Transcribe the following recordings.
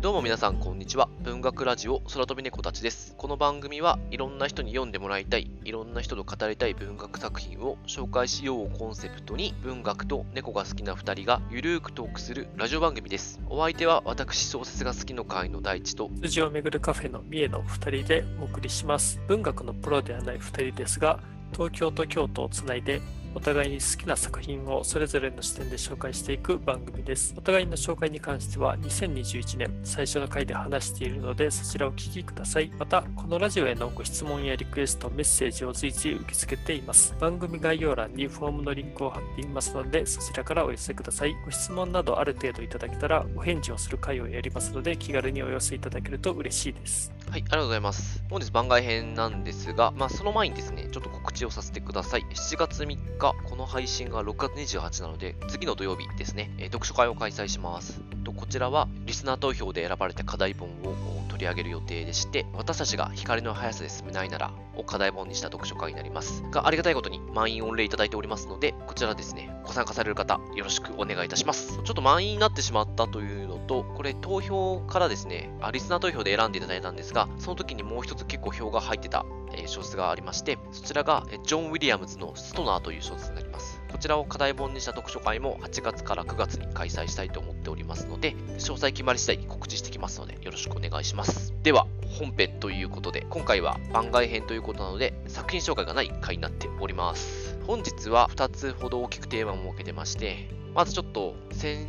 どうも皆さんこんにちは。文学ラジオ空飛び猫たちです。この番組はいろんな人に読んでもらいたい、いろんな人と語りたい文学作品を紹介しようをコンセプトに、文学と猫が好きな2人がゆるーくトークするラジオ番組です。お相手は私小説が好きの会の大地と筋をめぐるカフェの三重の2人でお送りします。文学のプロではない2人ですが、東京と京都をつないでお互いに好きな作品をそれぞれの視点で紹介していく番組です。お互いの紹介に関しては2021年最初の回で話しているので、そちらをお聞きください。また、このラジオへのご質問やリクエスト、メッセージを随時受け付けています。番組概要欄にフォームのリンクを貼っていますので、そちらからお寄せください。ご質問などある程度いただけたらお返事をする回をやりますので、気軽にお寄せいただけると嬉しいです。 はい、ありがとうございます。本日番外編なんですが、その前にですね、ちょっと告知をさせてください。7月3日、この配信が6月28日なので、次の土曜日ですね、読書会を開催します。こちらは、リスナー投票で選ばれた課題本を取り上げる予定でして、私たちが光の速さで進めないならを課題本にした読書会になりますが、ありがたいことに満員御礼いただいておりますので、こちらですね、ご参加される方、よろしくお願いいたします。ちょっと満員になってしまったというのと、これ投票からですね、リスナー投票で選んでいただいたんですが、その時にもう一つ結構票が入ってた小説がありまして、そちらがジョン・ウィリアムズのストナーという小説になります。こちらを課題本にした読書会も8月から9月に開催したいと思っておりますので、詳細決まり次第告知してきますので、よろしくお願いします。では、本編ということで、今回は番外編ということなので、作品紹介がない回になっております。本日は2つほど大きくテーマを設けてまして、まずちょっと先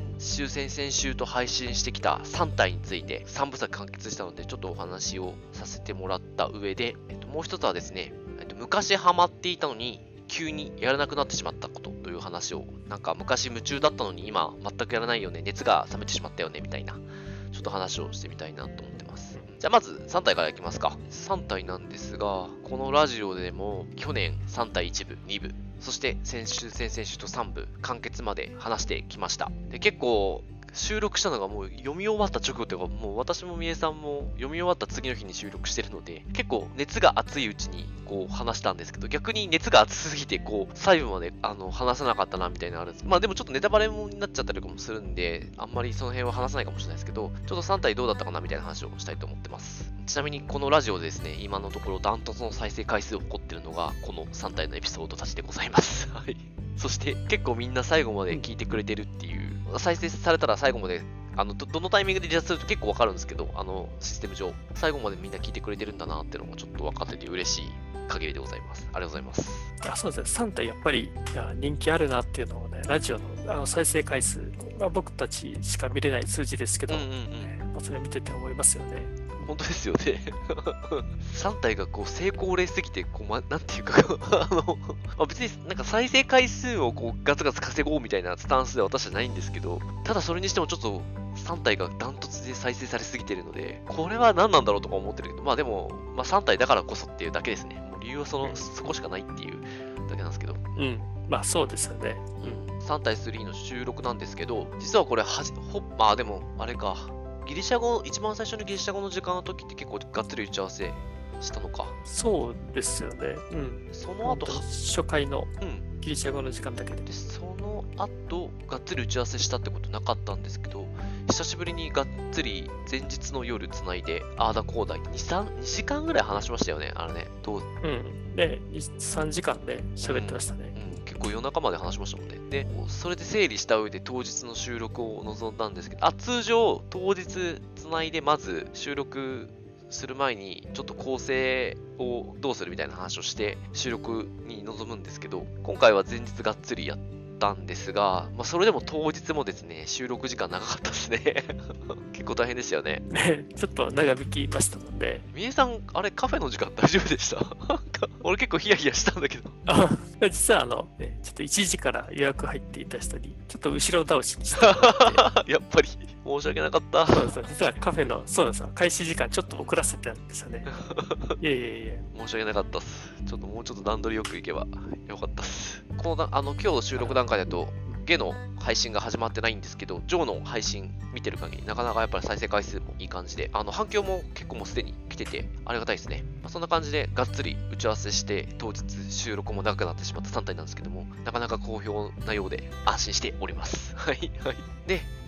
々週と配信してきた3体について3部作完結したので、ちょっとお話をさせてもらった上で、もう一つはですね、昔ハマっていたのに急にやらなくなってしまったことという話を、なんか昔夢中だったのに今全くやらないよね、熱が冷めてしまったよねみたいな、ちょっと話をしてみたいなと思ってます。じゃあまず3体からいきますか。3体なんですが、このラジオでも去年3体1部、2部、そして先週、先々週と3部完結まで話してきました。で、結構収録したのがもう読み終わった直後というか、もう私もみえさんも読み終わった次の日に収録してるので、結構熱が熱いうちにこう話したんですけど、逆に熱が熱すぎてこう最後まで話さなかったなみたいなのあるんです。でもちょっとネタバレになっちゃったりとかもするんで、あんまりその辺は話さないかもしれないですけど、ちょっと3体どうだったかなみたいな話をしたいと思ってます。ちなみにこのラジオでですね、今のところダントツの再生回数を誇ってるのがこの3体のエピソードたちでございます。はい。そして結構みんな最後まで聞いてくれてるっていう、再生されたら最後までどのタイミングで離脱すると結構わかるんですけど、システム上、最後までみんな聞いてくれてるんだなっていうのもちょっと分かってて嬉しい限りでございます。ありがとうございます。 そうですね、3体やっぱり人気あるなっていうのをね、ラジオの再生回数、僕たちしか見れない数字ですけど、それ見てて思いますよね。 本当ですよね。3体がこう成功例すぎて、なんていうか別になんか再生回数をこうガツガツ稼ごうみたいなスタンスでは私はないんですけど、ただそれにしてもちょっと3体がダントツで再生されすぎてるので、これは何なんだろうとか思ってるけど、でも、3体だからこそっていうだけですね。もう理由はそこしかないっていうだけなんですけど。 そうですよね。 3対3の収録なんですけど、実はこれでも、あれか。ギリシャ語、一番最初のギリシャ語の時間の時って結構がっつり打ち合わせしたのか。 そうですよね。 その後、 初回のギリシャ語の時間だけで。 その後、がっつり打ち合わせしたってことなかったんですけど、久しぶりにがっつり前日の夜つないで、あーだこうだ、2時間ぐらい話しましたよね、 で、3時間で喋ってましたね。 結構夜中まで話しましたもんね。で、それで整理した上で当日の収録を臨んだんですけど、通常当日つないでまず収録する前にちょっと構成をどうするみたいな話をして収録に臨むんですけど、今回は前日がっつりやったんですが、それでも当日もですね、収録時間長かったですね。結構大変でしたよね。 ちょっと長引きましたので。 みえさん、あれカフェの時間大丈夫でした？俺結構ヒヤヒヤしたんだけど。 実はちょっと1時から予約入っていた人に、ちょっと後ろ倒しにしてやっぱり、申し訳なかった。 そうです。実はカフェの、そうです。開始時間ちょっと遅らせてたんですよね。いえ。 申し訳なかったっす。もうちょっと段取りよくいけばよかったっす。今日収録段階だと、ゲの配信が始まってないんですけど、ジョーの配信見てる限り、なかなかやっぱり再生回数もいい感じで、反響も結構もうすでに来てて、ありがたいですね。そんな感じで、がっつり打ち合わせして、当日収録も長くなってしまった3体なんですけども、なかなか好評なようで安心しております。はい。で、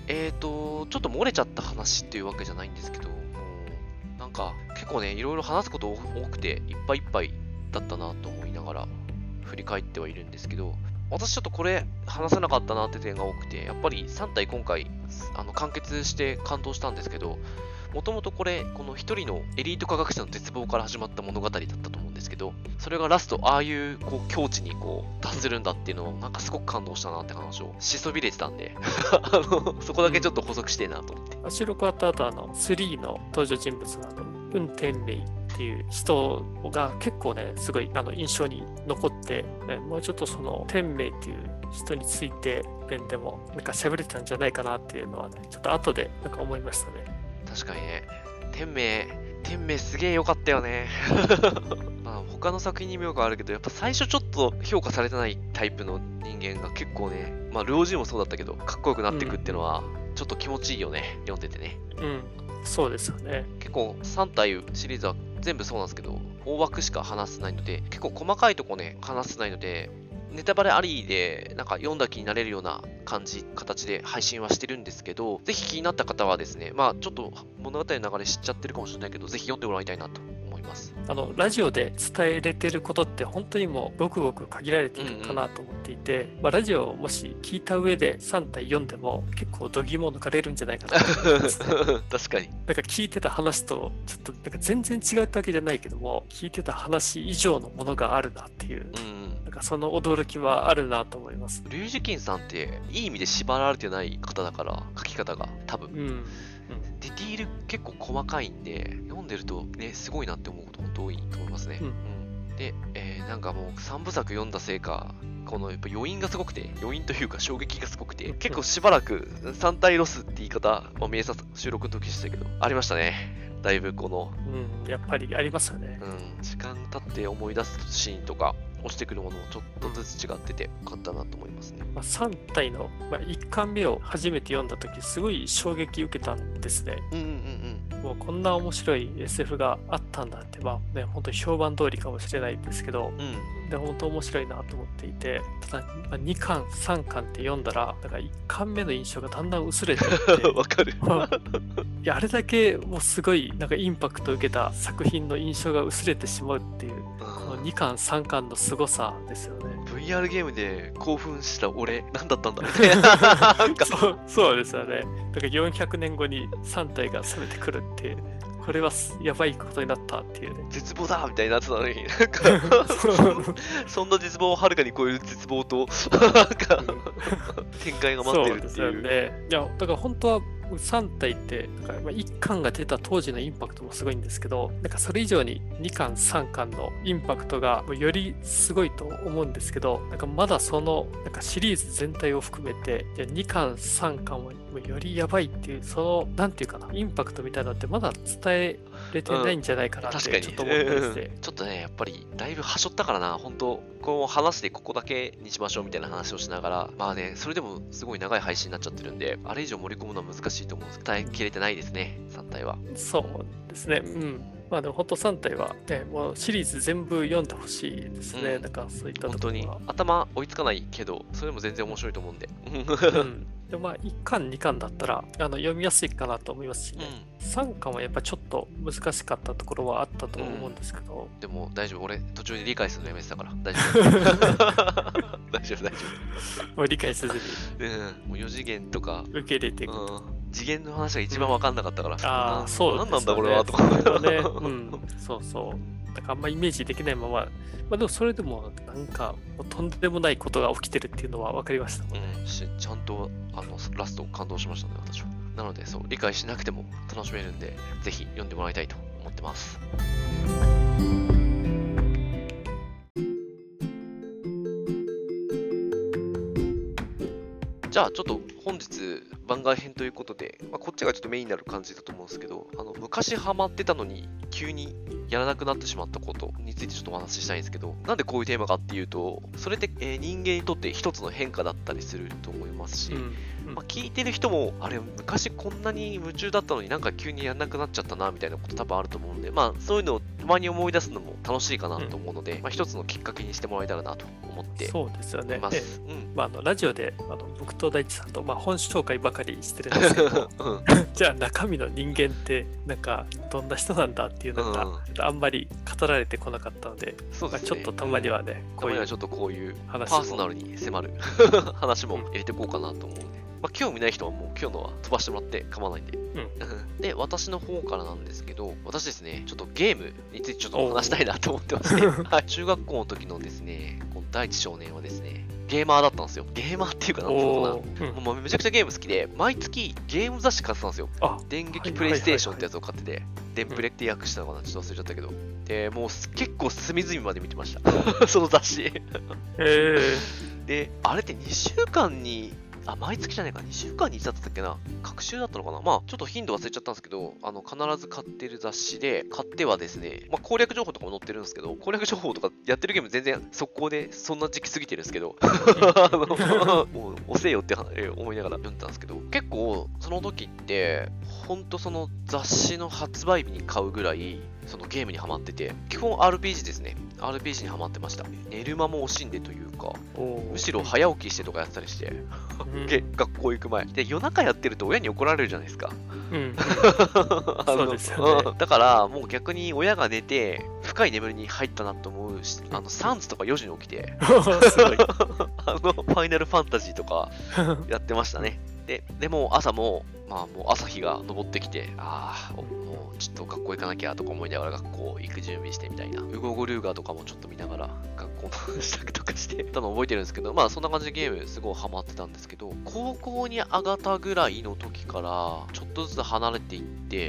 ちょっと漏れちゃった話っていうわけじゃないんですけど、もうなんか結構ね、いろいろ話すこと多くて、いっぱいいっぱいだったなと思いながら振り返ってはいるんですけど、私ちょっとこれ話せなかったなって点が多くて、やっぱり3体今回完結して感動したんですけど、もともとこの一人のエリート科学者の絶望から始まった物語だったと思うんですけど、それがラストああいう境地に達するんだっていうのをなんかすごく感動したなって話をしそびれてたんでそこだけちょっと補足してえなと思って。 収録終わった後3の登場人物の運転名っていう人が結構ねすごい印象に残って、もうちょっとその天明っていう人について弁でもなんか喋れたんじゃないかなっていうのはね、ちょっと後でなんか思いましたね。 確かにね、天明すげえ良かったよねまあ他の作品にもよくあるけど、やっぱ最初ちょっと評価されてないタイプの人間が結構ね、まあ領事もそうだったけどかっこよくなっていくっていうのはちょっと気持ちいいよね、読んでてね。 そうですよね。 結構3体シリーズは全部そうなんですけど、大枠しか話せないので、結構細かいとこね話せないので、ネタバレありでなんか読んだ気になれるような形で配信はしてるんですけど、ぜひ気になった方はですね、まあちょっと物語の流れ知っちゃってるかもしれないけど、ぜひ読んでもらいたいなと思います。 ラジオで伝えれてることって本当にもうごくごく限られているかなと思っていて、ラジオをもし聞いた上で3体読んでも結構度肝を抜かれるんじゃないかなと思います、ね、 確かに。 なんか聞いてた話とちょっとなんか全然違ったわけじゃないけども、聞いてた話以上のものがあるなっていう、なんかその驚きはあるなと思います。 龍二金さんっていい意味で縛られてない方だから、書き方が多分。ディティール結構細かいんで、読んでるとね、すごいなって思うこと本当多いと思いますね。で、なんかもう3部作読んだせいか、このやっぱ余韻がすごくて、余韻というか衝撃がすごくて、結構しばらく3体ロスって言い方、名作収録の時でしたけど、ありましたね。だいぶやっぱりありますよね。 時間経って思い出すシーンとか、落ちてくるものもちょっとずつ違っててよかったなと思いますね。 3体の1巻目を初めて読んだ時すごい衝撃受けたんですね。もうこんな面白い SF があったんだって、本当に評判通りかもしれないんですけど、で本当面白いなと思っていて、ただ2巻3巻って読んだらなんか1巻目の印象がだんだん薄れていってわかるいやあれだけもうすごいなんかインパクトを受けた作品の印象が薄れてしまうっていう、この2巻3巻の凄さですよね。 VR ゲームで興奮した俺何だったんだみたいなそうですよね。だから400年後に3体が攻めてくるって、これはやばいことになったっていうね。 絶望だみたいになってたのに、なんかそんな絶望をはるかに超える絶望となんか展開が待ってるっていう。そうですよね。いやだから本当は3体ってなんか1巻が出た当時のインパクトもすごいんですけど、なんかそれ以上に2巻3巻のインパクトがよりすごいと思うんですけど、なんかまだそのなんかシリーズ全体を含めて2巻3巻はよりやばいっていう、そのなんていうかな、インパクトみたいなのってまだ伝えれてないんじゃないかなってちょっと思ってですね、 ちょっとねやっぱりだいぶはしょったからな。本当こう話してここだけにしましょうみたいな話をしながら、まあねそれでもすごい長い配信になっちゃってるんで、あれ以上盛り込むのは難しいと思うんですけど、伝えきれてないですね3体は。 そうですね。でも本当3体はね、もうシリーズ全部読んでほしいですね。なんかそういったところは本当に頭追いつかないけど、それも全然面白いと思うんで。 で1巻2巻だったら読みやすいかなと思いますしね、3巻はやっぱちょっと難しかったところはあったと思うんですけど、 でも大丈夫、俺途中で理解するのやめてたから大丈夫大丈夫もう理解せずにもう4次元とか受け入れていく次元の話が一番分かんなかったから、 そう何なんだこれはとかね、そうだからあんまイメージできないまま、でもそれでもなんかとんでもないことが起きてるっていうのは分かりましたもんね。 ちゃんとラスト感動しましたね私は。なのでそう理解しなくても楽しめるんで、ぜひ読んでもらいたいと思ってます。じゃあちょっと本日番外編ということで、こっちがちょっとメインになる感じだと思うんですけど、昔ハマってたのに急にやらなくなってしまったことについてちょっとお話ししたいんですけど、なんでこういうテーマかっていうと、それって、人間にとって一つの変化だったりすると思いますし、聞いてる人もあれ昔こんなに夢中だったのになんか急にやらなくなっちゃったなみたいなこと多分あると思うんで、そういうのをたまに思い出すのも楽しいかなと思うので、一つのきっかけにしてもらえたらなと思ってそうですよね。 います。 ラジオで僕と大地さんと、本紹介ばかりしてるんですけど、じゃあ中身の人間ってなんかどんな人なんだっていうのがあんまり語られてこなかったので、ちょっとたまにはね、 こういうちょっとこういうパーソナルに迫る話も入れていこうかなと思うので、興味ない人はもう今日のは飛ばしてもらって構わないんで。で、私の方からなんですけど、私ですね、ちょっとゲームについてちょっと話したいなと思ってまして、中学校の時のですね、この第一少年はですね、ゲーマーだったんですよ。ゲーマーっていうかなんつうのかな。もうめちゃくちゃゲーム好きで、毎月ゲーム雑誌買ってたんですよ。電撃プレイステーションってやつを買ってて、電プレって訳したのかな、ちょっと忘れちゃったけど。で、もう結構隅々まで見てました。その雑誌。で、あれって2週間に、毎月じゃないか、2週間に1冊だったっけな、隔週だったのかな、ちょっと頻度忘れちゃったんですけど、必ず買ってる雑誌で、買ってはですね、攻略情報とかも載ってるんですけど、攻略情報とかやってるゲーム全然速攻でそんな時期過ぎてるんですけど、もう遅えよって思いながら読んだんですけど、結構その時って、ほんとその雑誌の発売日に買うぐらい、そのゲームにハマってて、基本 RPG ですね。RPG にハマってました。寝る間も惜しんでというか、むしろ早起きしてとかやってたりして、学校行く前。で、夜中やってると親に怒られるじゃないですか。 そうですよね。 だから、もう逆に親が寝て、深い眠りに入ったなと思うし、3時とか4時に起きて、ファイナルファンタジーとかやってましたね。でも朝も、もう朝日が昇ってきて、もうちょっと学校行かなきゃとか思いながら学校行く準備してみたいな。ウゴゴルーガーとかもちょっと見ながら学校の支度とかしてたのを覚えてるんですけど、そんな感じでゲームすごいハマってたんですけど、高校に上がったぐらいの時からちょっとずつ離れていって、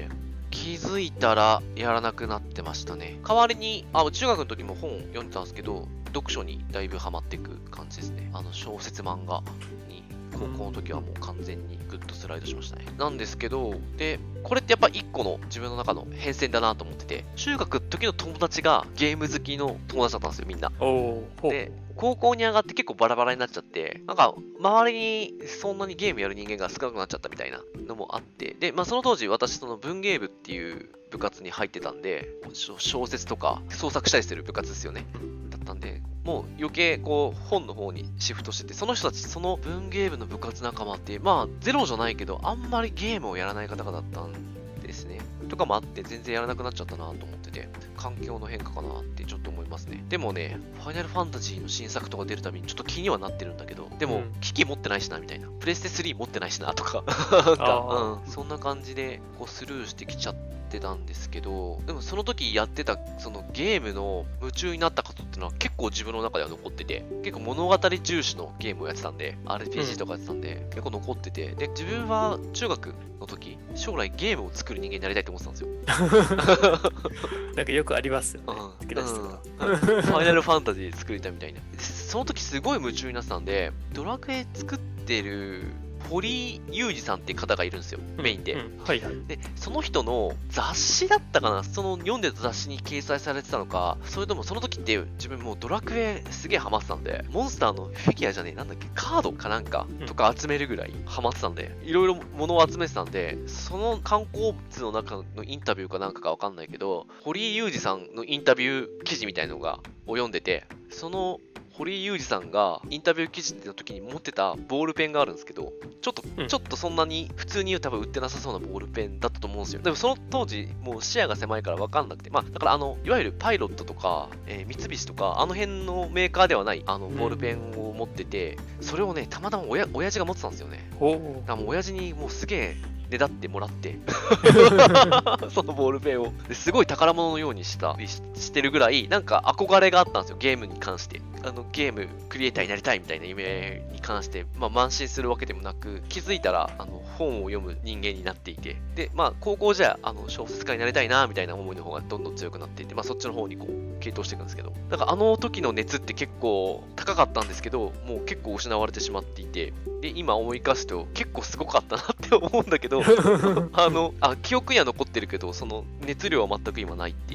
気づいたらやらなくなってましたね。代わりに、中学の時も本読んでたんですけど、読書にだいぶハマっていく感じですね。小説漫画に。高校の時はもう完全にグッとスライドしましたね。なんですけど、で、これってやっぱ一個の自分の中の変遷だなと思ってて、中学の時の友達がゲーム好きの友達だったんですよ、みんな。で、高校に上がって結構バラバラになっちゃって、なんか、周りにそんなにゲームやる人間が少なくなっちゃったみたいなのもあって、で、その当時私その文芸部っていう部活に入ってたんで、小説とか創作したりする部活ですよね。だったんで、もう余計こう本の方にシフトしてて、その人たち、その文芸部の部活仲間って、ゼロじゃないけど、あんまりゲームをやらない方々だったんですね。とかもあって、全然やらなくなっちゃったなと思ってて、環境の変化かなってちょっと思いますね。でもね、ファイナルファンタジーの新作とか出るたびにちょっと気にはなってるんだけど、でも、機器持ってないしな、みたいな。プレステ3持ってないしな、とか、そんな感じでこうスルーしてきちゃってたんですけど、でもその時やってたそのゲームの夢中になったことっていうのは結構自分の中では残ってて、結構物語重視のゲームをやってたんで、RPG とかやってたんで、結構残ってて、で、自分は中学の時、将来ゲームを作る人間になりたいと思ってたんですよ。 なんかよくありますよね。ファイナルファンタジー作りたいみたいな。その時すごい夢中になってたんで、ドラクエ作ってる堀裕二さんっていう方がいるんですよ、メインで。で、その人の雑誌だったかな、その読んでた雑誌に掲載されてたのか、それともその時って自分もうドラクエすげえハマってたんで、モンスターのフィギュアじゃねえ、なんだっけ、カードかなんかとか集めるぐらいハマってたんで、いろいろ物を集めてたんで、その観光物の中のインタビューかなんかかわかんないけど、堀井裕二さんのインタビュー記事みたいのを読んでて、その堀井裕二さんがインタビュー記事の時に持ってたボールペンがあるんですけど、ちょっとそんなに普通に多分売ってなさそうなボールペンだったと思うんですよ。でもその当時もう視野が狭いから分かんなくて、だからいわゆるパイロットとか、三菱とかあの辺のメーカーではないボールペンを持ってて、それをねたまたま親父が持ってたんですよね。だからもう親父にもうすげえねだってもらってそのボールペンをですごい宝物のようにしてるぐらいなんか憧れがあったんですよ、ゲームに関して。ゲームクリエイターになりたいみたいな夢に関して、慢心するわけでもなく、気づいたら本を読む人間になっていて、で高校じゃ小説家になりたいなみたいな思いの方がどんどん強くなっていて、そっちの方にこう傾倒していくんですけど、だから時の熱って結構高かったんですけど、もう結構失われてしまっていて、で今思い返すと結構すごかったなって思うんだけど記憶には残ってるけど、その熱量は全く今ないっていう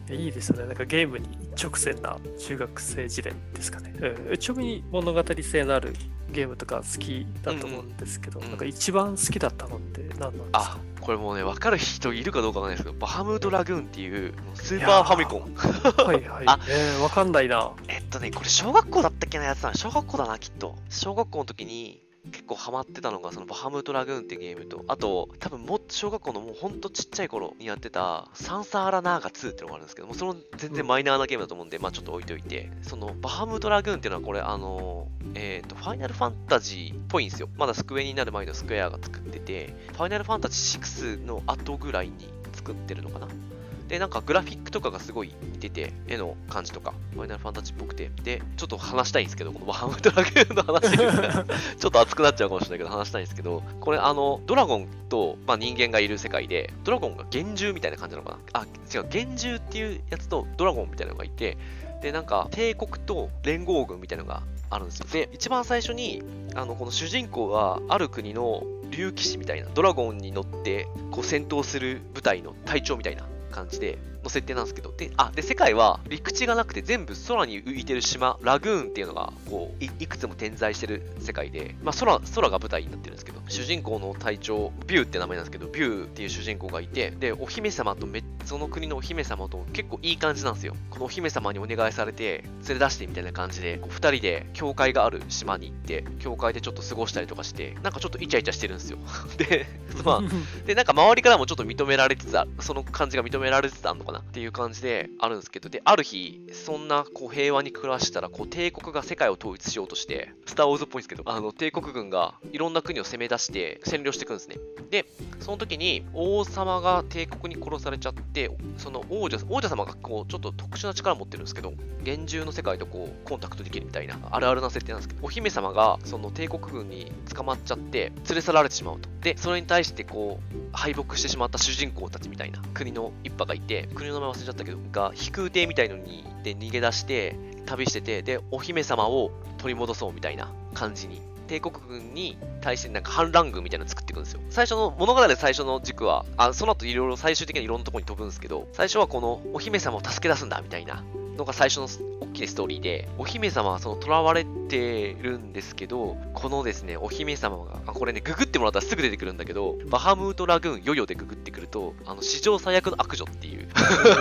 いいですよね。なんかゲームに一直線な中学生時代ですかね。ちなみに物語性のあるゲームとか好きだと思うんですけど、なんか一番好きだったのって何なんですか？ これもうね、分かる人いるかどうかわかんないですけど、バハムートラグーンっていうスーパーファミコン。 はいはい。わかんないな。 これ小学校だったっけなやつだな。小学校だな、きっと。小学校の時に結構ハマってたのが、そのバハムートラグーンってゲームと、あと、多分もっと小学校のもうほんとちっちゃい頃にやってた、サンサーラナーガ2ってのがあるんですけども、その全然マイナーなゲームだと思うんで、まあちょっと置いといて、そのバハムートラグーンっていうのはこれ、ファイナルファンタジーっぽいんですよ。まだスクエニになる前のスクエアが作ってて、ファイナルファンタジー6の後ぐらいに作ってるのかな。で、なんかグラフィックとかがすごい似てて、絵の感じとか、ファイナルファンタジーっぽくて、で、ちょっと話したいんですけど、このバハムートラグーンの話、ちょっと熱くなっちゃうかもしれないけど、話したいんですけど、これ、ドラゴンと、まあ、人間がいる世界で、ドラゴンが幻獣みたいな感じなのかな。違う、幻獣っていうやつとドラゴンみたいなのがいて、で、なんか、帝国と連合軍みたいなのがあるんですよ。で、一番最初に、この主人公は、ある国の竜騎士みたいな、ドラゴンに乗って、こう、戦闘する部隊の隊長みたいな感じで、の設定なんですけど、で、世界は陸地がなくて全部空に浮いてる島、ラグーンっていうのが、こう、いくつも点在してる世界で、まあ、空が舞台になってるんですけど、主人公の隊長、ビューって名前なんですけど、ビューっていう主人公がいて、で、お姫様とその国のお姫様と結構いい感じなんですよ。このお姫様にお願いされて、連れ出してみたいな感じで、こう2人で教会がある島に行って、教会でちょっと過ごしたりとかして、なんかちょっとイチャイチャしてるんですよ。で、まあ、で、なんか周りからもちょっと認められつつある、その感じが認められつつあるのかなっていう感じであるんですけど、で、ある日、そんなこう平和に暮らしたら、こう帝国が世界を統一しようとして、スターウォーズっぽいんですけど、帝国軍がいろんな国を攻め出して占領していくんですね。で、その時に王様が帝国に殺されちゃって、その王女様がこうちょっと特殊な力を持ってるんですけど、幻獣の世界とこうコンタクトできるみたいなあるあるな設定なんですけど、お姫様がその帝国軍に捕まっちゃって連れ去られてしまうと。で、それに対してこう敗北してしまった主人公たちみたいな国の一派がいて、国の名前忘れちゃったけど、が飛空艇みたいのにで逃げ出して旅してて、で、お姫様を取り戻そうみたいな感じに。帝国軍に対してなんか反乱軍みたいなの作っていくんですよ。物語で最初の軸は、その後いろいろ最終的にいろんなところに飛ぶんですけど、最初はこのお姫様を助け出すんだみたいなのが最初の大きいストーリーで、お姫様はその囚われてるんですけど、このですね、お姫様が、これね、ググってもらったらすぐ出てくるんだけど、バハムートラグーンヨヨでググってくると、史上最悪の悪女っていう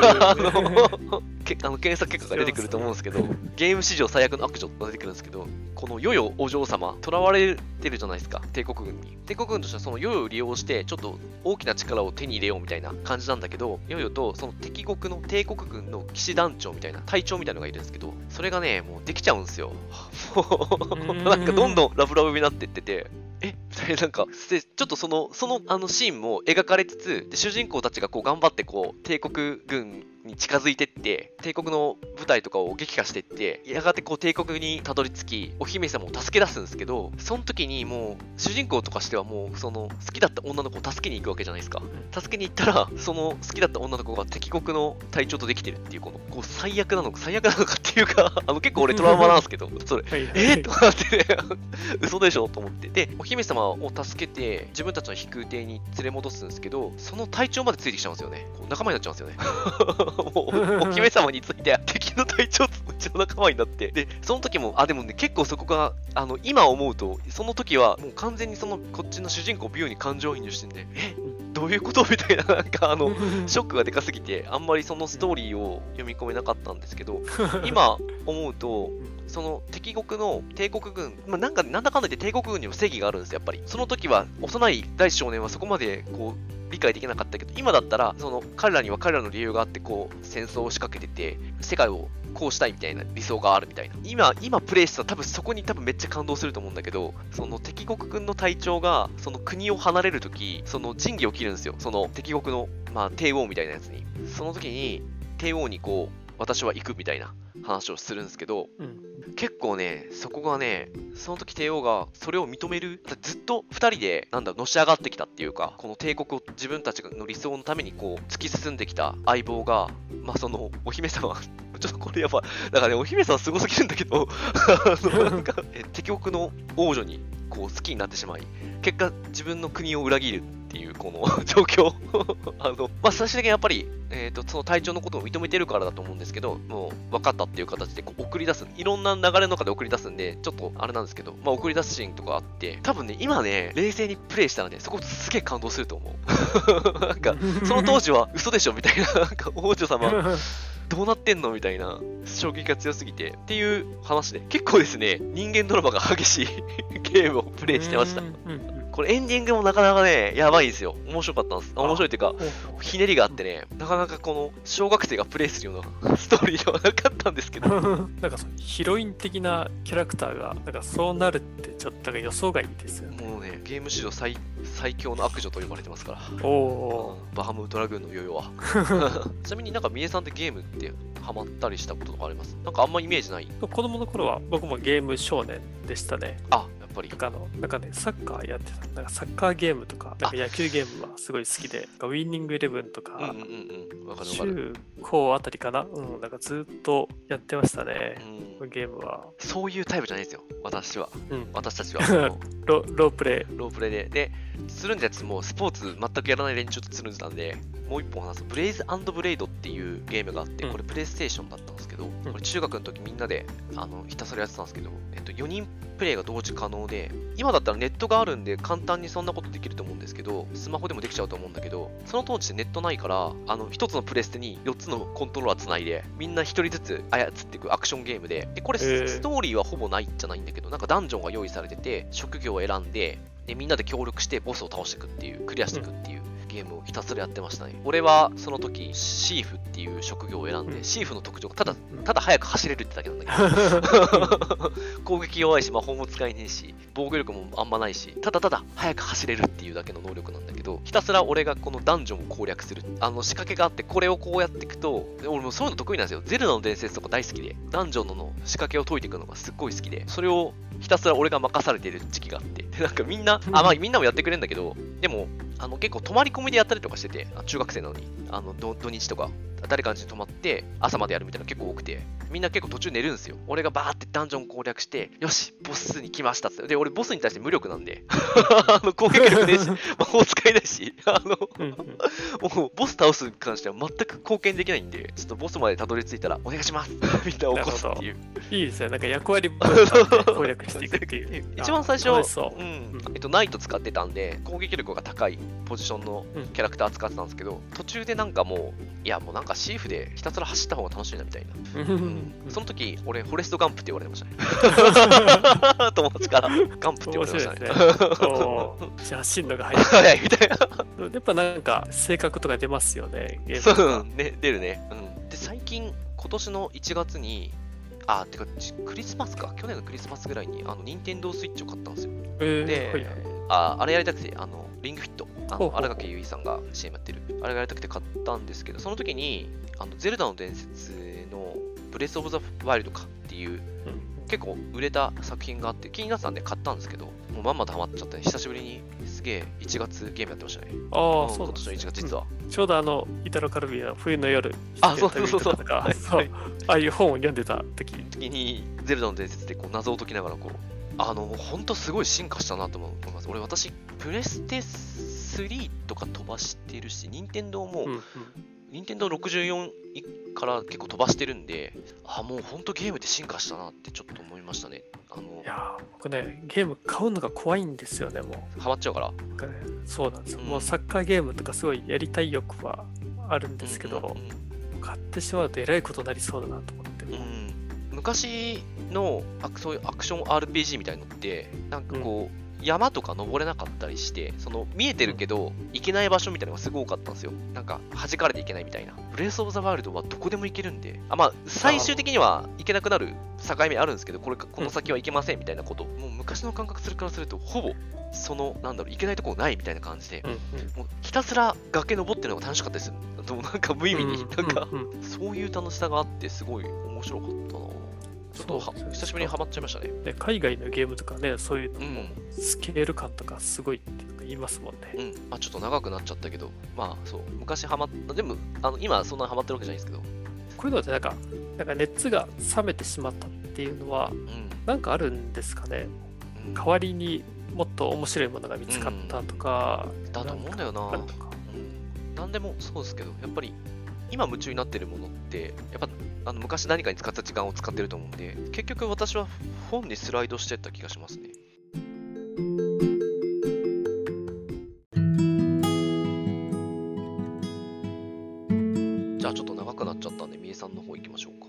検索結果が出てくると思うんですけど、ゲーム史上最悪の悪女が出てくるんですけど、このヨヨお嬢様、囚われてるじゃないですか、帝国軍に。帝国軍としてはそのヨヨを利用して、ちょっと大きな力を手に入れようみたいな感じなんだけど、ヨヨとその敵国の帝国軍の騎士団長みたいな、隊長みたいなのがいるんですけど、それがね、もうできちゃうんですよ。なんかどんどんラブラブになってってて、みたいな、なんか、ちょっとそのシーンも描かれつつ、で主人公たちがこう頑張ってこう、帝国軍に近づいてって、帝国の部隊とかを撃破してって、やがてこう帝国にたどり着き、お姫様を助け出すんですけど、その時にもう、主人公とかしてはもう、その、好きだった女の子を助けに行くわけじゃないですか。助けに行ったら、その好きだった女の子が敵国の隊長とできてるっていう、こう最悪なのかっていうか、結構俺トラウマなんですけど、それ、とかってね、嘘でしょと思って。で、お姫様を助けて、自分たちの飛空艇に連れ戻すんですけど、その隊長までついてきちゃうんですよね。こう仲間になっちゃうんですよね。もう、お姫様について敵の隊長と一応仲間になって、で、その時も、でもね、結構そこが、今思うと、その時はもう完全にこっちの主人公ビューに感情移入してんで、どういうことみたいな、なんかショックがでかすぎて、あんまりそのストーリーを読み込めなかったんですけど、今思うと、その敵国の帝国軍、なんだかんだ言って帝国軍にも正義があるんですよ、やっぱり。その時は、幼い大少年はそこまで、こう、理解できなかったけど、今だったら、彼らには彼らの理由があって、こう、戦争を仕掛けてて、世界をこうしたいみたいな理想があるみたいな。今プレイしたらそこにめっちゃ感動すると思うんだけど、その敵国軍の隊長が、その国を離れるとき、その仁義を切るんですよ。その敵国の、帝王みたいなやつに。その時に、帝王にこう、私は行くみたいな話をするんですけど、結構ね、そこがね、その時帝王がそれを認める、ずっと2人で、のし上がってきたっていうか、この帝国を自分たちの理想のためにこう、突き進んできた相棒が、その、お姫様、ちょっとこれやばい。だからね、お姫様すごすぎるんだけど、なんか、敵国の王女にこう好きになってしまい、結果自分の国を裏切るってっていうこの状況最終的にやっぱり、その体調のことを認めてるからだと思うんですけど、もう分かったっていう形でこう送り出す、いろんな流れの中で送り出すんで、ちょっとあれなんですけど、送り出すシーンとかあって、多分ね、今ね、冷静にプレイしたらね、そこすげえ感動すると思う。なんか、その当時は嘘でしょみたいな、なんか王女様、どうなってんのみたいな衝撃が強すぎてっていう話で、結構ですね、人間ドラマが激しいゲームをプレイしてました。これエンディングもなかなかね、やばいんですよ。面白かったんです。面白いっていうか、ひねりがあってね、なかなかこの小学生がプレイするようなストーリーではなかったんですけど。 なんかヒロイン的なキャラクターが、なんかそうなるってちょっと予想外ですよね。 もうね、ゲーム史上最強の悪女と呼ばれてますから。バハムドラグーンのヨヨは。ちなみになんかみえさんってゲームってハマったりしたこととかあります？なんかあんまイメージない？ 子供の頃は僕もゲーム少年でしたね。 あ、やっぱり。 なんかね、サッカーやってた。なんかサッカーゲームとか、なんか野球ゲームはすごい好きで、ウィニングイレブンとか、中高あたりかな、なんかずっとやってましたね、ゲームは。 そういうタイプじゃないですよ、私は。私たちは。 ロープレイで。で、つるんだやつもスポーツ全くやらない連中とつるんでたんで、もう一本話す。ブレイズ&ブレイドっていうゲームがあって、これプレイステーションだったんですけど、これ中学の時みんなでひたすらやってたんですけど、4人プレイが同時可能で、今だったらネットがあるんで簡単にそんなことできると思うんですけど、スマホでもできちゃうと思うんだけど、その当時ってネットないから、1つのプレステに4つのコントローラーつないで、みんな1人ずつ操っていくアクションゲームで、これストーリーはほぼないじゃないんだけど、なんかダンジョンが用意されてて、職業を選んで、みんなで協力してボスを倒していくっていう、クリアしていくっていうゲームをひたすらやってましたね。俺はその時、シーフっていう職業を選んで、シーフの特徴がただ速く走れるってだけなんだけど、攻撃弱いし、魔法も使えねえし、防御力もあんまないし、ただ速く走れるっていうだけの能力なんだけど、ひたすら俺がこのダンジョンを攻略する。仕掛けがあって、これをこうやっていくと、俺もそういうの得意なんですよ。ゼルダの伝説とか大好きで、ダンジョンの仕掛けを解いていくのがすっごい好きで、それをひたすら俺が任されている時期があって、でなんかみんなもやってくれるんだけど、でも、結構泊まり込みでやったりとかしてて、中学生なのに、土日とか、誰かん家に泊まって朝までやるみたいなの結構多くて、みんな結構途中寝るんですよ。俺がバーってダンジョン攻略して、よし、ボスに来ましたって。で、俺ボスに対して無力なんで、攻撃力ねえし、魔法使えないし、もうボス倒すに関しては全く貢献できないんで、ちょっとボスまでたどり着いたらお願いしますみんな起こすっていう。 いいですね、なんか役割分担で攻略していくっていう。 一番最初、ナイト使ってたんで、攻撃力が高いポジションのキャラクター使ってたんですけど、途中でなんかもうなんかシーフでひたすら走った方が楽しいなみたいな。その時、俺、フォレストガンプって言われてましたね。友達から、ガンプって言われてましたね。 じゃあ、進路が早いみたいな。 やっぱなんか、性格とか出ますよね、 ゲームとか。ね、出るね。で、最近、今年の1月に、てか、クリスマスか、去年のクリスマスぐらいに、ニンテンドースイッチを買ったんですよ。で、あれやりたくて、リングフィット。新垣結衣さんが CM やってる。あれがやりたくて買ったんですけど、その時に、ゼルダの伝説のブレス・オブ・ザ・ワイルドかっていう、結構売れた作品があって、気になってたんで買ったんですけど、もうまんまとハマっちゃって、久しぶりにすげえ1月ゲームやってましたね。 そう今年の1月実は。 ちょうどイタロ・カルビの冬の夜、 そう。 ああいう本を読んでた時に、ゼルダの伝説でこう謎を解きながらほんとすごい進化したなと思います。私、プレステ3とか飛ばしてるし、任天堂も、任天堂64から結構飛ばしてるんで、もうほんとゲームって進化したなってちょっと思いましたね。 いや僕ね、ゲーム買うのが怖いんですよね、もう。ハマっちゃうから。 そうなんですよ。もうサッカーゲームとかすごいやりたい欲はあるんですけど、買ってしまうとえらいことになりそうだなと思って。 昔のそういうアクション RPG みたいのって、なんか山とか登れなかったりして、見えてるけど、行けない場所みたいなのがすごい多かったんですよ。なんか、弾かれていけないみたいな。ブレス・オブ・ザ・ワイルドはどこでも行けるんで、最終的には行けなくなる境目あるんですけど、この先は行けませんみたいなこと、もう昔の感覚からすると、ほぼ、行けないところないみたいな感じで、もうひたすら崖登ってるのが楽しかったですよ。なんか無意味に、なんか、そういう楽しさがあって、すごい面白かったな。ちょっと久しぶりにハマっちゃいましたね。 海外のゲームとかね、そういうのもスケール感とかすごいって言いますもんね。 ちょっと長くなっちゃったけど、そう、昔ハマった、でも今そんなにハマってるわけじゃないですけど。 こういうのってなんか熱が冷めてしまったっていうのは、なんかあるんですかね。代わりにもっと面白いものが見つかったとか、 だと思うんだよな。 あるとか。 何でもそうですけど、やっぱり今夢中になってるものって、やっぱ昔何かに使った時間を使ってると思うんで、結局私は本にスライドしてった気がしますね。じゃあちょっと長くなっちゃったんで、みえさんの方行きましょうか。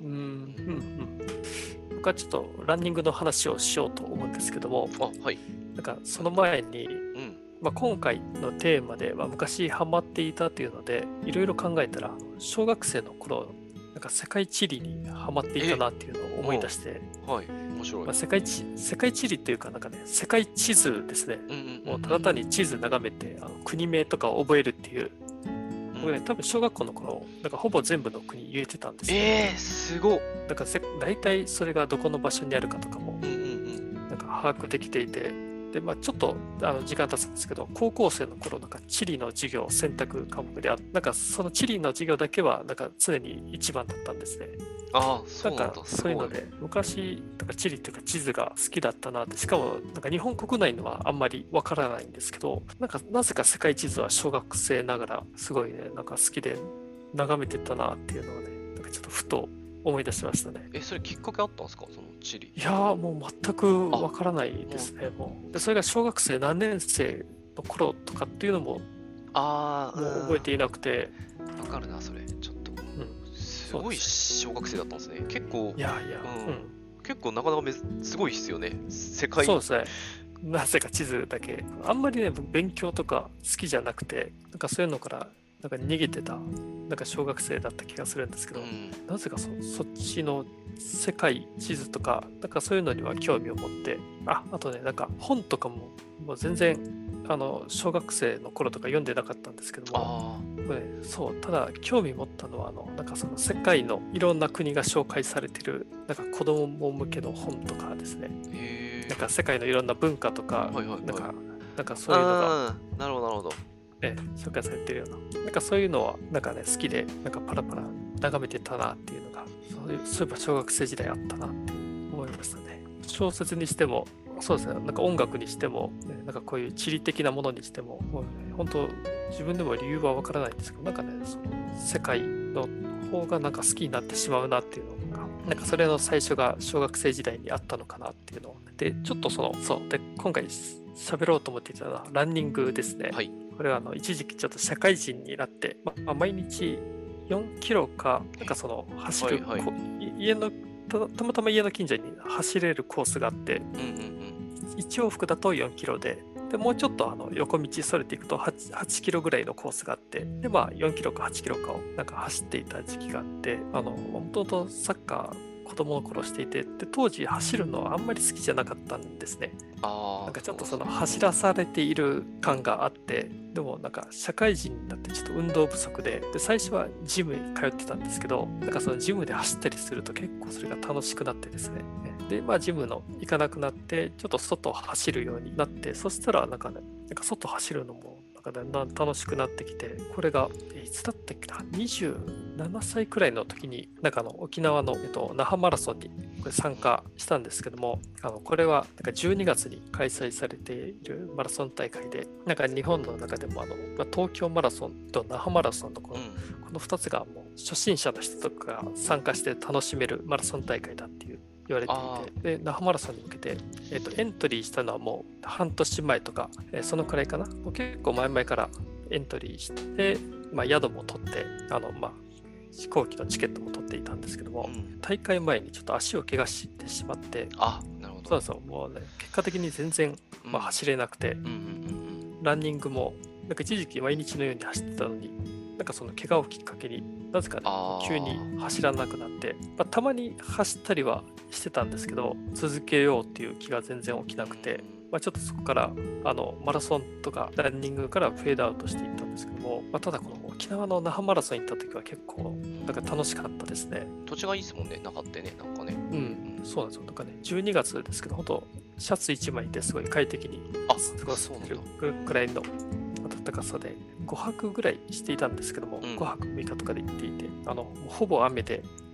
僕はちょっとランニングの話をしようと思うんですけども、 はい。 なんかその前に、今回のテーマで、昔ハマっていたというので、いろいろ考えたら、小学生の頃、なんか世界地理にハマっていたなっていうのを思い出して、 はい、面白い。 世界地理っていうか、なんかね、世界地図ですね。もうただ単に地図眺めて、国名とかを覚えるっていう、僕ね、多分小学校の頃、なんかほぼ全部の国言えてたんですよ。 すごっ。 だから大体それがどこの場所にあるかとかも、なんか把握できていて、で、ちょっと時間経つんですけど、高校生の頃、なんか地理の授業選択科目でなんかその地理の授業だけは、なんか常に一番だったんですね。 そうなんだ。 そういうので、昔、なんか地理っていうか地図が好きだったなって、しかも、なんか日本国内のはあんまりわからないんですけど、なぜか世界地図は小学生ながら、すごいね、なんか好きで眺めてたなっていうのをね、なんかちょっとふと思い出しましたね。 それきっかけあったんですか、その地理。 いやー、もう全くわからないですね。で、それが小学生何年生の頃とかっていうのも、もう覚えていなくて。 わかるな、それ。ちょっと。すごい小学生だったんですね。結構、結構なかなかすごいですよね。世界。 そうですね。なぜか地図だけ。あんまりね、勉強とか好きじゃなくて、なんかそういうのからなんか逃げてた、なんか小学生だった気がするんですけど、なぜかそっちの世界地図とか、なんかそういうのには興味を持って、あとね、なんか本とかも全然、小学生の頃とか読んでなかったんですけども、これそう、ただ興味持ったのは、なんかその世界のいろんな国が紹介されてる、なんか子供向けの本とかですね。なんか世界のいろんな文化とか、なんかそういうのが、 なるほど。 紹介されてるような。なんかそういうのは、なんかね、好きで、なんかパラパラ眺めてたなっていうのが、そういえば小学生時代あったなって思いましたね。小説にしても、そうですね、なんか音楽にしても、なんかこういう地理的なものにしても、もうね、本当、自分でも理由はわからないんですけど、なんかね、その世界の方がなんか好きになってしまうなっていうのが、なんかそれの最初が小学生時代にあったのかなっていうので、ちょっとで、今回喋ろうと思っていたのはランニングですね。これは一時期ちょっと社会人になって、毎日4キロか、なんか走る、たまたま家の近所に走れるコースがあって、1往復だと4キロで、もうちょっと横道それていくと 8キロぐらいのコースがあって、で、4キロか8キロかをなんか走っていた時期があって、もともとサッカー、子供の頃していて、で当時走るのはあんまり好きじゃなかったんですね。なんかちょっと走らされている感があって、でもなんか社会人になってちょっと運動不足で、最初はジムに通ってたんですけど、なんかそのジムで走ったりすると結構それが楽しくなってですね。で、ジムの行かなくなって、ちょっと外を走るようになって、そしたらなんか外走るのもだんだん楽しくなってきて、これがいつだったっけな、27歳くらいの時になんか沖縄の、那覇マラソンにこれ参加したんですけども、これはなんか12月に開催されているマラソン大会で、なんか日本の中でも東京マラソンと那覇マラソンのこの2つがもう初心者の人とかが参加して楽しめるマラソン大会だっていう言われていて、で那覇マラソンに向けて、エントリーしたのはもう半年前とか、そのくらいかな。もう結構前々からエントリーして、宿も取って飛行機のチケットも取っていたんですけども、大会前にちょっと足を怪我してしまって、 なるほど。 そうもうね、結果的に全然、走れなくて、ランニングもなんか一時期毎日のように走ってたのに、なんかその怪我をきっかけになぜか、急に走らなくなって、たまに走ったりはしてたんですけど、続けようっていう気が全然起きなくて、ちょっとそこからマラソンとかランニングからフェードアウトしていったんですけども、ただこの沖縄の那覇マラソン行った時は結構なんか楽しかったですね。 土地がいいですもんね、那覇ってね、なんかね。 そうなんですよ。なんかね、12月ですけど、本当シャツ1枚ですごい快適に過ごせるくらいの暖かさで5泊ぐらいしていたんですけども、5泊6日とかで行っていて、ほぼ雨で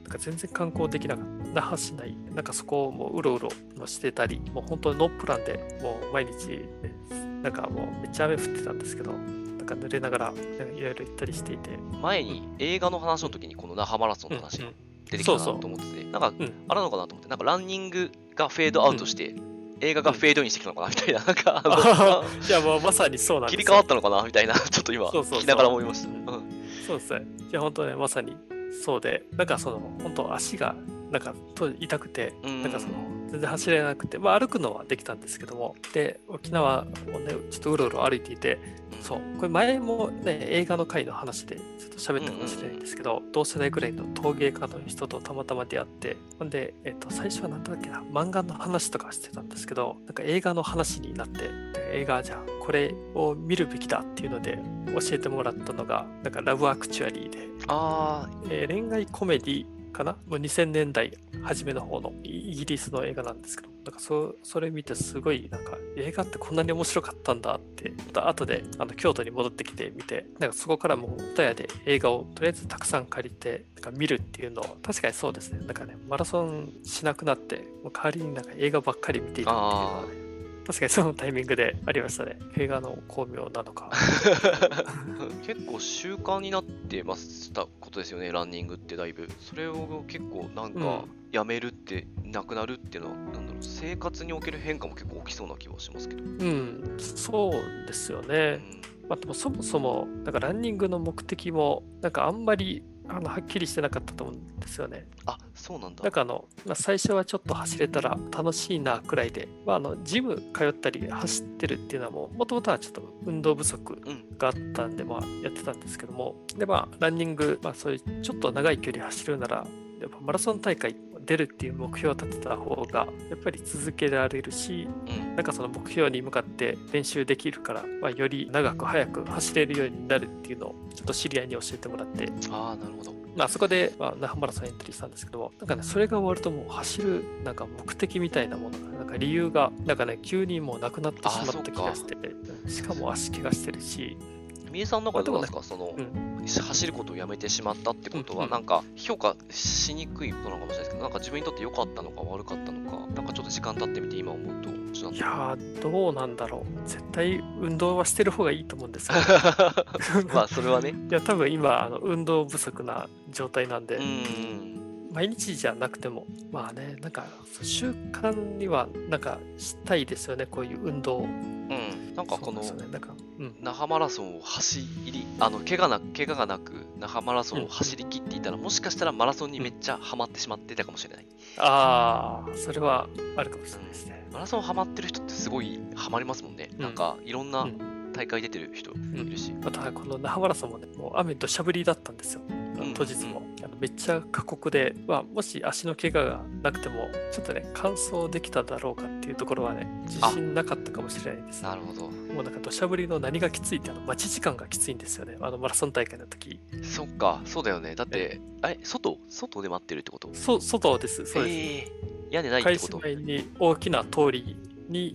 か全然観光できなかった。那覇市内、なんかそこをもううろうろしてたり、もう本当にノープランでもう毎日、なんかもうめっちゃ雨降ってたんですけど、なんか濡れながらいろいろ行ったりしていて。 前に映画の話の時にこの那覇マラソンの話が出てきたなと思ってて、なんかあるのかなと思って、なんかランニングがフェードアウトして、映画がフェードインしてきたのかなみたいな、なんかいやもうまさにそうなんですよ。 切り替わったのかなみたいな、ちょっと今聞きながら思いました。 そうですね。いや本当ね、まさにそうで、なんかその本当足がなんか痛くて、なんかその全然走れなくて、まあ歩くのはできたんですけども、で沖縄をねちょっとうろうろ歩いていて、そうこれ前もね映画の回の話でちょっと喋ったかもしれないんですけど、同世代ぐらいの陶芸家の人とたまたま出会って、ほんで最初は何だっけな、漫画の話とかしてたんですけど、なんか映画の話になって、映画じゃあこれを見るべきだっていうので教えてもらったのがなんかラブアクチュアリーで、恋愛コメディかな、もう2000年代初めの方のイギリスの映画なんですけど、なんかそれ見てすごいなんか映画ってこんなに面白かったんだって後で京都に戻ってきて見て、なんかそこからもう蔦屋で映画をとりあえずたくさん借りてなんか見るっていうのを、確かにそうですね、なんかねマラソンしなくなってもう代わりになんか映画ばっかり見ていたっていうのはね、確かにそのタイミングでありましたね。映画の巧妙なのか結構習慣になってましたことですよね、ランニングってだいぶ。それを結構なんかやめるってなくなるっていうのは、なんだろう、生活における変化も結構起きそうな気はしますけど。 そうですよね。まあ、でもそもそもなんかランニングの目的もなんかあんまりはっきりしてなかったと思うんですよね。 あ、そうなんだ。 なんか最初はちょっと走れたら楽しいなくらいで、ジム通ったり走ってるっていうのはもともとはちょっと運動不足があったんで、やってたんですけども、でランニング、そういうちょっと長い距離走るなら、やっぱマラソン大会出るっていう目標を立てた方がやっぱり続けられるし、なんかその目標に向かって練習できるから、より長く速く走れるようになるっていうのをちょっと知り合いに教えてもらって、 ああ、なるほど。 そこで、那覇マラソンエントリーしたんですけど、なんかね、それが終わるともう走るなんか目的みたいなものが、なんか理由が、なんかね、急にもうなくなってしまった気がして、しかも足怪我してるし。 みえさんの中でどうですか、走ることをやめてしまったってことは、なんか評価しにくいことなのかもしれないですけど、なんか自分にとって良かったのか悪かったのか、なんかちょっと時間経ってみて今思うと、 いやー、どうなんだろう。絶対運動はしてる方がいいと思うんですけど。それはね。 いや、多分今、運動不足な状態なんで、毎日じゃなくても、なんか習慣にはなんかしたいですよね、こういう運動。 なんかこの那覇マラソンを走り、怪我がなく那覇マラソンを走り切っていたら、もしかしたらマラソンにめっちゃハマってしまってたかもしれない。 それはあるかもしれないですね。 マラソンハマってる人ってすごいハマりますもんね。なんかいろんな大会出てる人いるし。 またこの那覇マラソンもね、もう雨土砂降りだったんですよ。当日もめっちゃ過酷で、もし足の怪我がなくてもちょっとね完走できただろうかっていうところはね自信なかったかもしれないです、ね。 なるほど。 もうなんか土砂降りの何がきついって待ち時間がきついんですよね、マラソン大会の時。 そっか、そうだよね。だって外で待ってるってこと？ 外です。そうです。 屋根ないってこと？ 開始前に大きな通りに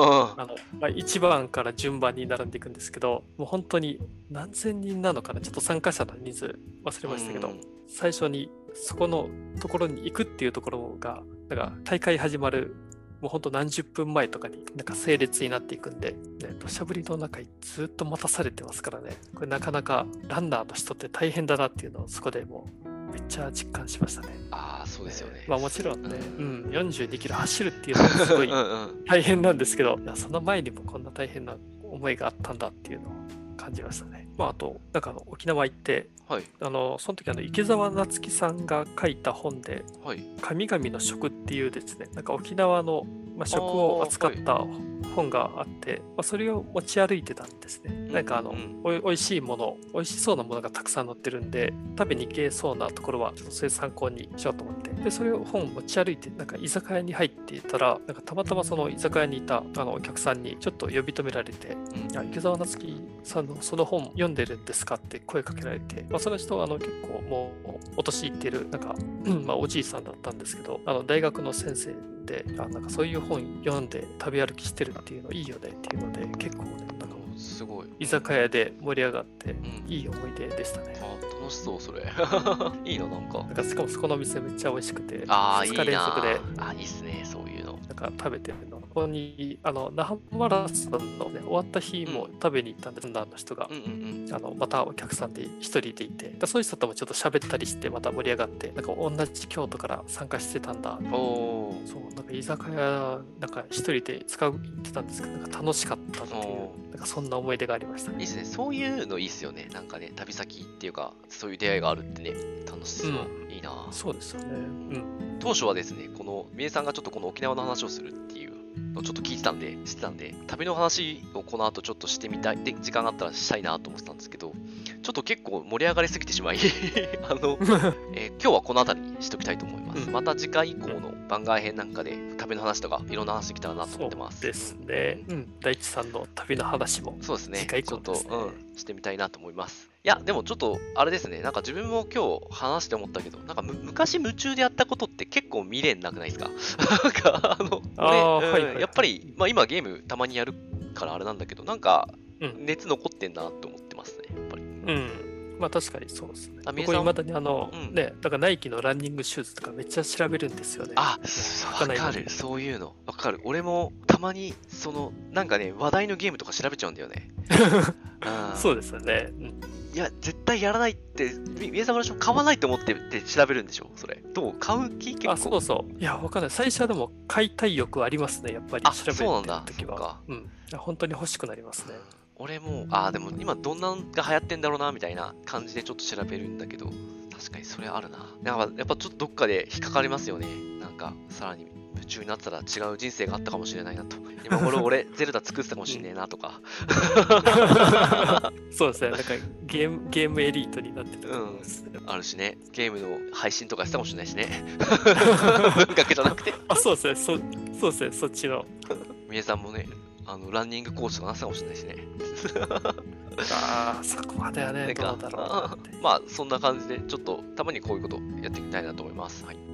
1番から順番に並んでいくんですけど、もう本当に何千人なのかな、ちょっと参加者の人数忘れましたけど、最初にそこのところに行くっていうところがなんか大会始まるもう本当何十分前とかになんか整列になっていくんで、土砂降りの中にずっと待たされてますからね、これなかなかランナーの人って大変だなっていうのをそこでもうめっちゃ実感しましたね。 そうですよね。 もちろんね、42キロ走るっていうのはすごい大変なんですけど、その前にもこんな大変な思いがあったんだっていうのを感じましたね。あとなんか沖縄行って、その時池澤夏樹さんが書いた本で、神々の食っていうですね、なんか沖縄の食を扱った本があって、それを持ち歩いてたんですね。なんかおいしいもの、おいしそうなものがたくさん載ってるんで、食べに行けそうなところはちょっとそれ参考にしようと思って、でそれを本を持ち歩いてなんか居酒屋に入っていたら、なんかたまたまその居酒屋にいたお客さんにちょっと呼び止められて、池澤夏樹さんのその本読んでるんですかって声かけられて、その人は結構もうお年いってるなんか、おじいさんだったんですけど、大学の先生で、なんかそういう本読んで食べ歩きしてるっていうのいいよねっていうので、結構ね、なんかすすごい。 居酒屋で盛り上がって、 うんいい思い出でしたね。 あ、楽しそう、それ。いいの、なんか。 なんかしかもそこの店めっちゃ美味しくて、 ああ、い 2 い日連続でな。あ、いいっすね、そういうの。 なんか食べてるの。ここに那覇マラソンのね、終わった日も食べに行ったんです、ランナーの人が。 うんうんまたお客さんで一人でいて、そういう人ともちょっと喋ったりしてまた盛り上がって、なんか同じ京都から参加してたんだ。 うん。おー。 そう、なんか居酒屋なんか一人で使う行ってたんですけど、なんか楽しかったっていうお、 なんかそんな思い出がありましたね。 いいですね。そういうのいいっすよね。なんかね、旅先っていうか、そういう出会いがあるってね、楽しそう。いいな。 そうですよね。 当初はですね、この、みえさんがちょっとこの沖縄の話をするっていうのをちょっと聞いてたんで、知ってたんで、旅の話をこの後ちょっとしてみたい、で、時間があったらしたいなと思ってたんですけど、ちょっと結構盛り上がりすぎてしまい、今日はこの辺りにしときたいと思います。また次回以降の番外編なんかで、旅の話とかいろんな話できたらなと思ってます。 そうですね。大地さんの旅の話もそうですね。 次回以降ですね。 ちょっと、してみたいなと思います。いや、でもちょっと、あれですね。なんか自分も今日話して思ったけど、なんか昔夢中でやったことって結構未練なくないですか？なんか、俺、やっぱり、まあ今ゲームたまにやるからあれなんだけど、なんか、熱残ってんなと思ってますね、やっぱり。 まあ確かにそうですね。 僕いまだにね、だからナイキのランニングシューズとかめっちゃ調べるんですよね。 あ、わかる。そういうの。わかる。俺もたまに、なんかね、話題のゲームとか調べちゃうんだよね。 そうですよね。 いや、絶対やらないって、宮沢さん買わないと思って調べるんでしょそれ。どう買う気結構。 あ、そうそう。いや、わかんない。最初はでも買いたい欲ありますね、やっぱり。調べる時は。本当に欲しくなりますね。 俺も、でも今どんなのが流行ってんだろうな、みたいな感じでちょっと調べるんだけど、確かにそれあるな。やっぱちょっとどっかで引っかかりますよね。なんか、さらに夢中になったら違う人生があったかもしれないなと。今頃俺、ゼルダ作ってたかもしれねえなとか。 そうですね。なんかゲームエリートになってたと思います。 あるしね。ゲームの配信とかしたかもしれないしね。文学じゃなくて。 そうですね。そうですね。そっちの。 みえさんもね、ランニングコーチとかなしたかもしれないしね。 そこまではね、どうだろう。 まあ、そんな感じで、ちょっとたまにこういうことやっていきたいなと思います。はい。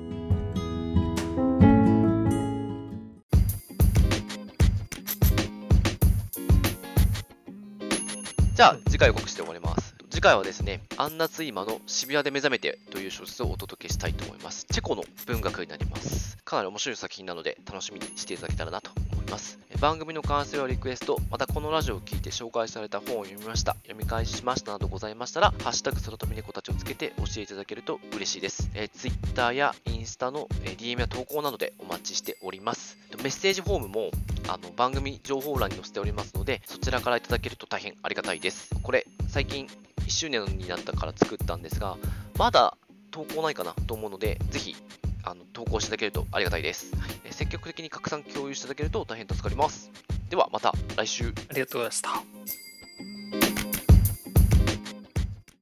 じゃあ、次回予告して終わります。次回はですね、アンナツイマの渋谷で目覚めてという小説をお届けしたいと思います。チェコの文学になります。かなり面白い作品なので楽しみにしていただけたらなと思います。番組の感想やリクエスト、またこのラジオを聞いて紹介された本を読みました、読み返しましたなどございましたら、ハッシュタグ空飛び猫たちをつけて教えていただけると嬉しいです。Twitter やインスタの DM や投稿などでお待ちしております。メッセージフォームも番組情報欄に載せておりますので、そちらからいただけると大変ありがたいです。これ、最近1周年になったから作ったんですが、まだ投稿ないかなと思うので、ぜひ投稿していただけるとありがたいです。積極的に拡散共有していただけると大変助かります。ではまた来週。 ありがとうございました。